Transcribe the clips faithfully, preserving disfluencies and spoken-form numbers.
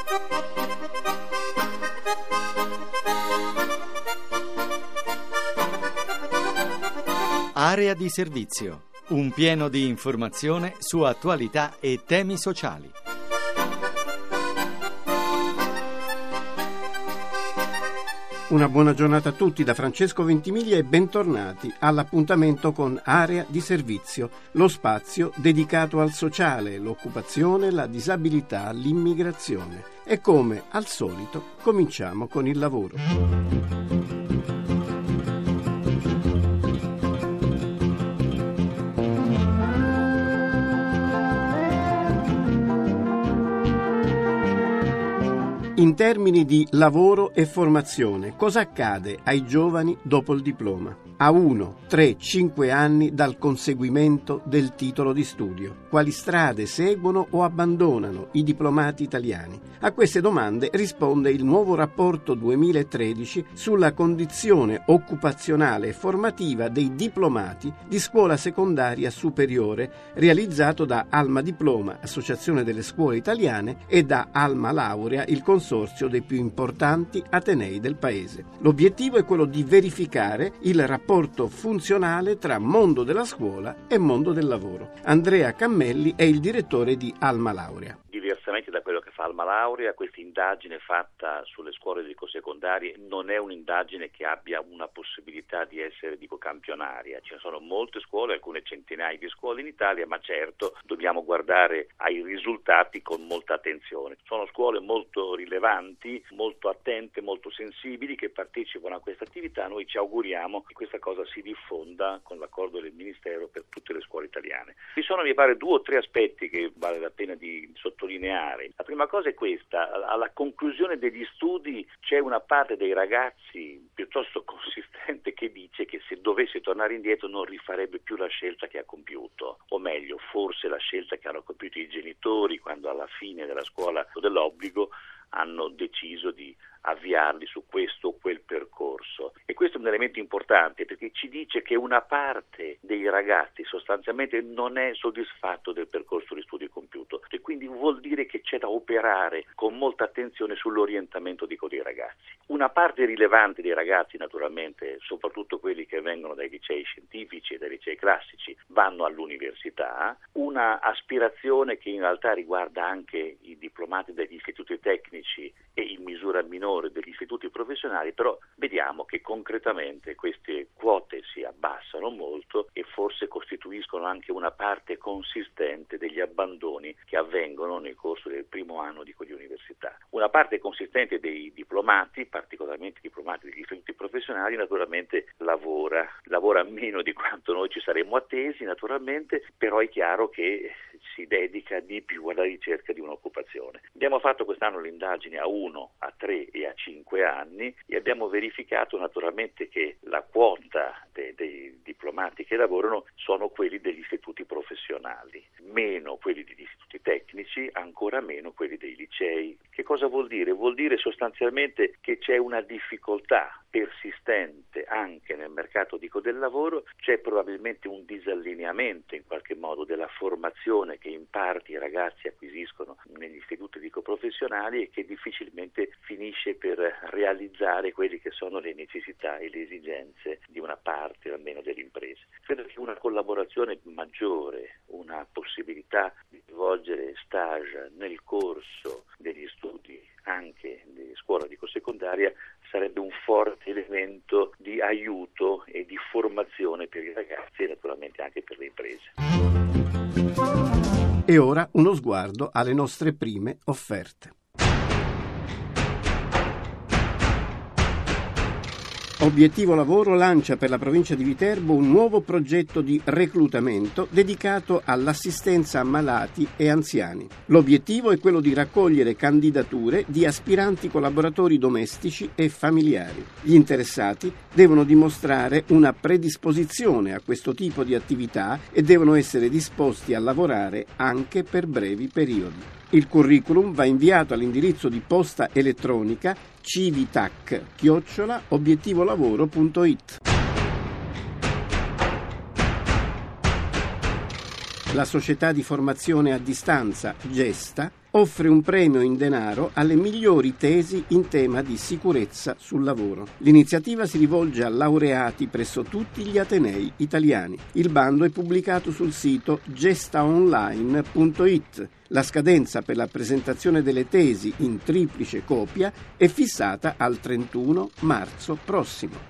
Area di servizio, un pieno di informazione su attualità e temi sociali. Una buona giornata a tutti da Francesco Ventimiglia e bentornati all'appuntamento con Area di Servizio, lo spazio dedicato al sociale, l'occupazione, la disabilità, l'immigrazione. E come al solito cominciamo con il lavoro. In termini di lavoro e formazione, cosa accade ai giovani dopo il diploma? A uno, tre, cinque anni dal conseguimento del titolo di studio. Quali strade seguono o abbandonano i diplomati italiani? A queste domande risponde il nuovo rapporto duemilatredici sulla condizione occupazionale e formativa dei diplomati di scuola secondaria superiore, realizzato da Alma Diploma, Associazione delle Scuole Italiane, e da Alma Laurea, il consorzio dei più importanti atenei del paese. L'obiettivo è quello di verificare il rapporto rapporto funzionale tra mondo della scuola e mondo del lavoro. Andrea Cammelli è il direttore di Alma Laurea. Diversamente da quello che fa Alma Laurea, questa indagine fatta sulle scuole dico-secondarie non è un'indagine che abbia una possibilità di essere dico campionaria. Ci sono molte scuole, alcune centinaia di scuole in Italia, ma certo dobbiamo guardare ai risultati con molta attenzione. Sono scuole molto rilevanti, molto attente, molto sensibili, che partecipano a questa attività. Noi ci auguriamo che questa cosa si diffonda con l'accordo del Ministero per tutte le scuole italiane. Ci sono, mi pare, due o tre aspetti che vale la pena di sottolineare. La prima cosa è questa: alla conclusione degli studi c'è una parte dei ragazzi piuttosto consistente che dice che se dovesse tornare indietro non rifarebbe più la scelta che ha compiuto, o meglio, forse la scelta che hanno compiuto i genitori quando alla fine della scuola dell'obbligo hanno deciso di avviarli su questo o quel percorso. E questo è un elemento importante, perché ci dice che una parte dei ragazzi sostanzialmente non è soddisfatto del percorso di studio compiuto, e quindi vuol dire che c'è da operare con molta attenzione sull'orientamento di quei ragazzi. Una parte rilevante dei ragazzi, naturalmente, soprattutto quelli che vengono dai licei scientifici e dai licei classici, vanno all'università. Una aspirazione che in realtà riguarda anche i diplomati degli istituti tecnici e in misura minore degli istituti professionali, però vediamo che concretamente queste quote si abbassano molto e forse costituiscono anche una parte consistente degli abbandoni che avvengono nel corso del primo anno di quell'università. Una parte consistente dei diplomati, particolarmente diplomati degli istituti professionali, naturalmente lavora, lavora meno di quanto noi ci saremmo attesi, naturalmente, però è chiaro che si dedica di più alla ricerca di un'occupazione. Abbiamo fatto quest'anno l'indagine a uno, a tre e a cinque anni e abbiamo verificato naturalmente che la quota de- dei diplomati che lavorano sono quelli degli istituti professionali, meno quelli degli istituti tecnici, ancora meno quelli dei licei. Che cosa vuol dire? Vuol dire sostanzialmente che c'è una difficoltà persistente anche nel mercato dico del lavoro, c'è probabilmente un disallineamento in qualche modo della formazione che in parte i ragazzi acquisiscono negli istituti dico professionali e che difficilmente finisce per realizzare quelle che sono le necessità e le esigenze di una parte almeno delle imprese. Credo che una collaborazione maggiore, una possibilità di svolgere stage nel corso degli studi anche di scuola dico secondaria sarebbe un forte elemento di aiuto e di formazione per i ragazzi e naturalmente anche per le imprese. E ora uno sguardo alle nostre prime offerte. Obiettivo Lavoro lancia per la provincia di Viterbo un nuovo progetto di reclutamento dedicato all'assistenza a malati e anziani. L'obiettivo è quello di raccogliere candidature di aspiranti collaboratori domestici e familiari. Gli interessati devono dimostrare una predisposizione a questo tipo di attività e devono essere disposti a lavorare anche per brevi periodi. Il curriculum va inviato all'indirizzo di posta elettronica civitac chiocciola obiettivolavoro punto it. La società di formazione a distanza Gesta offre un premio in denaro alle migliori tesi in tema di sicurezza sul lavoro. L'iniziativa si rivolge a laureati presso tutti gli atenei italiani. Il bando è pubblicato sul sito gestaonline punto it. La scadenza per la presentazione delle tesi in triplice copia è fissata al trentuno marzo prossimo.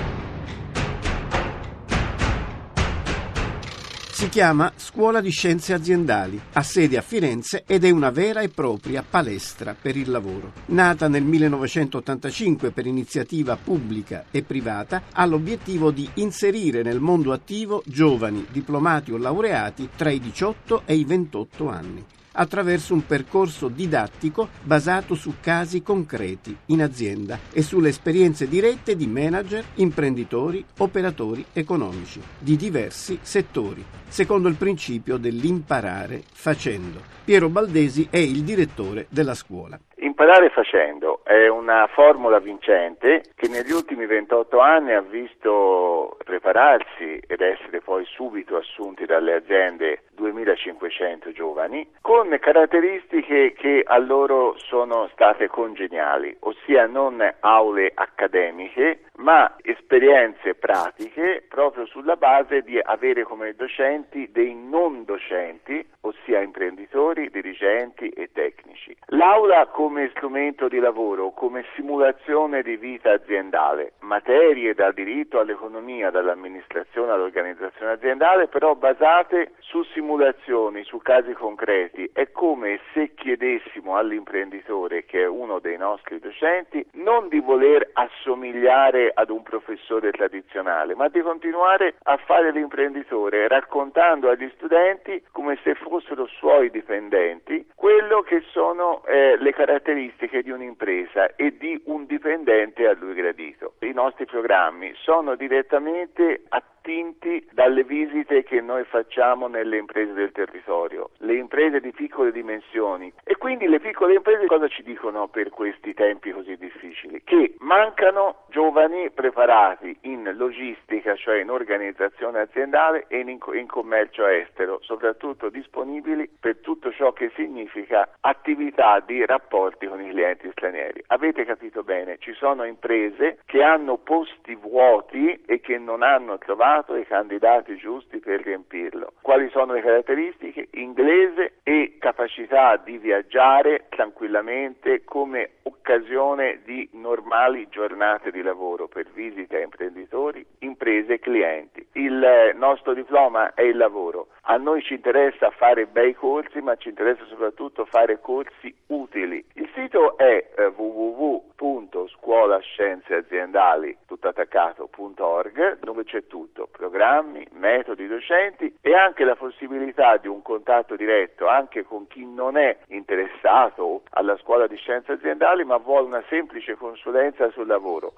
Si chiama Scuola di Scienze Aziendali, ha sede a Firenze ed è una vera e propria palestra per il lavoro. Nata nel millenovecentottantacinque per iniziativa pubblica e privata, ha l'obiettivo di inserire nel mondo attivo giovani, diplomati o laureati tra i diciotto e i ventotto anni, attraverso un percorso didattico basato su casi concreti in azienda e sulle esperienze dirette di manager, imprenditori, operatori economici di diversi settori, secondo il principio dell'imparare facendo. Piero Baldesi è il direttore della scuola. Imparare facendo è una formula vincente che negli ultimi ventotto anni ha visto prepararsi ed essere poi subito assunti dalle aziende duemilacinquecento giovani con caratteristiche che a loro sono state congeniali, ossia non aule accademiche ma esperienze pratiche proprio sulla base di avere come docenti dei non docenti, ossia imprenditori, dirigenti e tecnici. L'aula come strumento di lavoro, come simulazione di vita aziendale, materie dal diritto all'economia, dall'amministrazione all'organizzazione aziendale, però basate su simulazioni, su casi concreti. È come se chiedessimo all'imprenditore, che è uno dei nostri docenti, non di voler assomigliare ad un professore tradizionale, ma di continuare a fare l'imprenditore, raccontando agli studenti come se fossero suoi dipendenti quello che sono eh, le caratteristiche di un'impresa e di un dipendente a lui gradito. I nostri programmi sono direttamente attinti dalle visite che noi facciamo nelle imprese del territorio, le imprese di piccole dimensioni, e quindi le piccole imprese cosa ci dicono per questi tempi così difficili? Che mancano giovani preparati in logistica, cioè in organizzazione aziendale e in, in commercio estero, soprattutto disponibili per tutto ciò che significa attività di rapporti con i clienti stranieri. Avete capito bene, ci sono imprese che hanno posti vuoti e che non hanno trovato i candidati giusti per riempirlo. Quali sono le caratteristiche? Inglese e capacità di viaggiare tranquillamente come occasione di normali giornate di lavoro per visite a imprenditori, imprese e clienti. Il nostro diploma è il lavoro. A noi ci interessa fare bei corsi, ma ci interessa soprattutto fare corsi utili. Il sito è eh, w w w punto scuola scienze aziendali tutto attaccato punto org, dove c'è tutto: programmi, metodi docenti e anche la possibilità di un contatto diretto anche con chi non è interessato alla scuola di scienze aziendali ma vuole una semplice consulenza sul lavoro.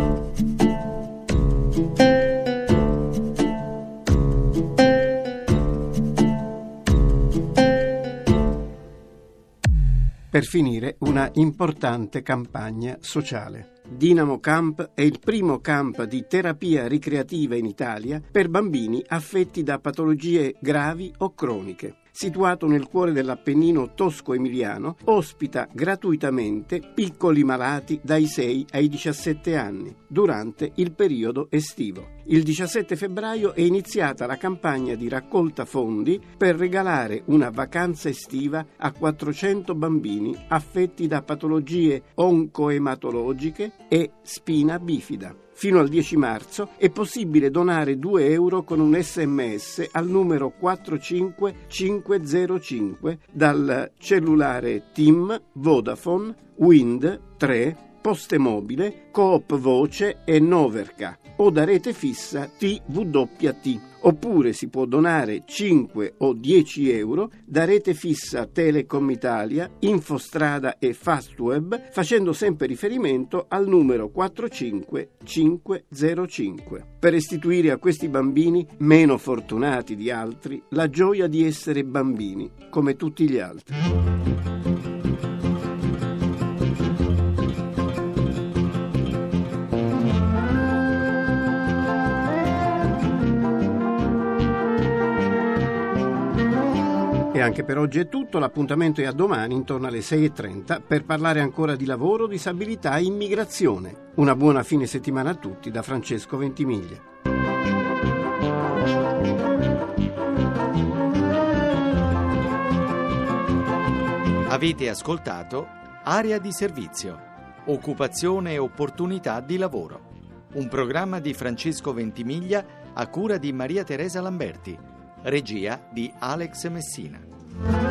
Per finire, una importante campagna sociale. Dinamo Camp è il primo camp di terapia ricreativa in Italia per bambini affetti da patologie gravi o croniche. Situato nel cuore dell'Appennino tosco-emiliano, ospita gratuitamente piccoli malati dai sei ai diciassette anni durante il periodo estivo. Il diciassette febbraio è iniziata la campagna di raccolta fondi per regalare una vacanza estiva a quattrocento bambini affetti da patologie oncoematologiche e spina bifida. Fino al dieci marzo è possibile donare due euro con un sms al numero quattro cinque cinque zero cinque dal cellulare TIM, Vodafone, Wind tre, Poste Mobile, Coop Voce e Noverca o da rete fissa T W T. Oppure si può donare cinque o dieci euro da rete fissa Telecom Italia, Infostrada e Fastweb, facendo sempre riferimento al numero quattro cinque cinque zero cinque, per restituire a questi bambini, meno fortunati di altri, la gioia di essere bambini, come tutti gli altri. E E anche per oggi è tutto, l'appuntamento è a domani intorno alle sei e trenta per parlare ancora di lavoro, disabilità e immigrazione. Una buona fine settimana a tutti da Francesco Ventimiglia. Avete ascoltato Area di Servizio, occupazione e opportunità di lavoro. Un programma di Francesco Ventimiglia a cura di Maria Teresa Lamberti, regia di Alex Messina.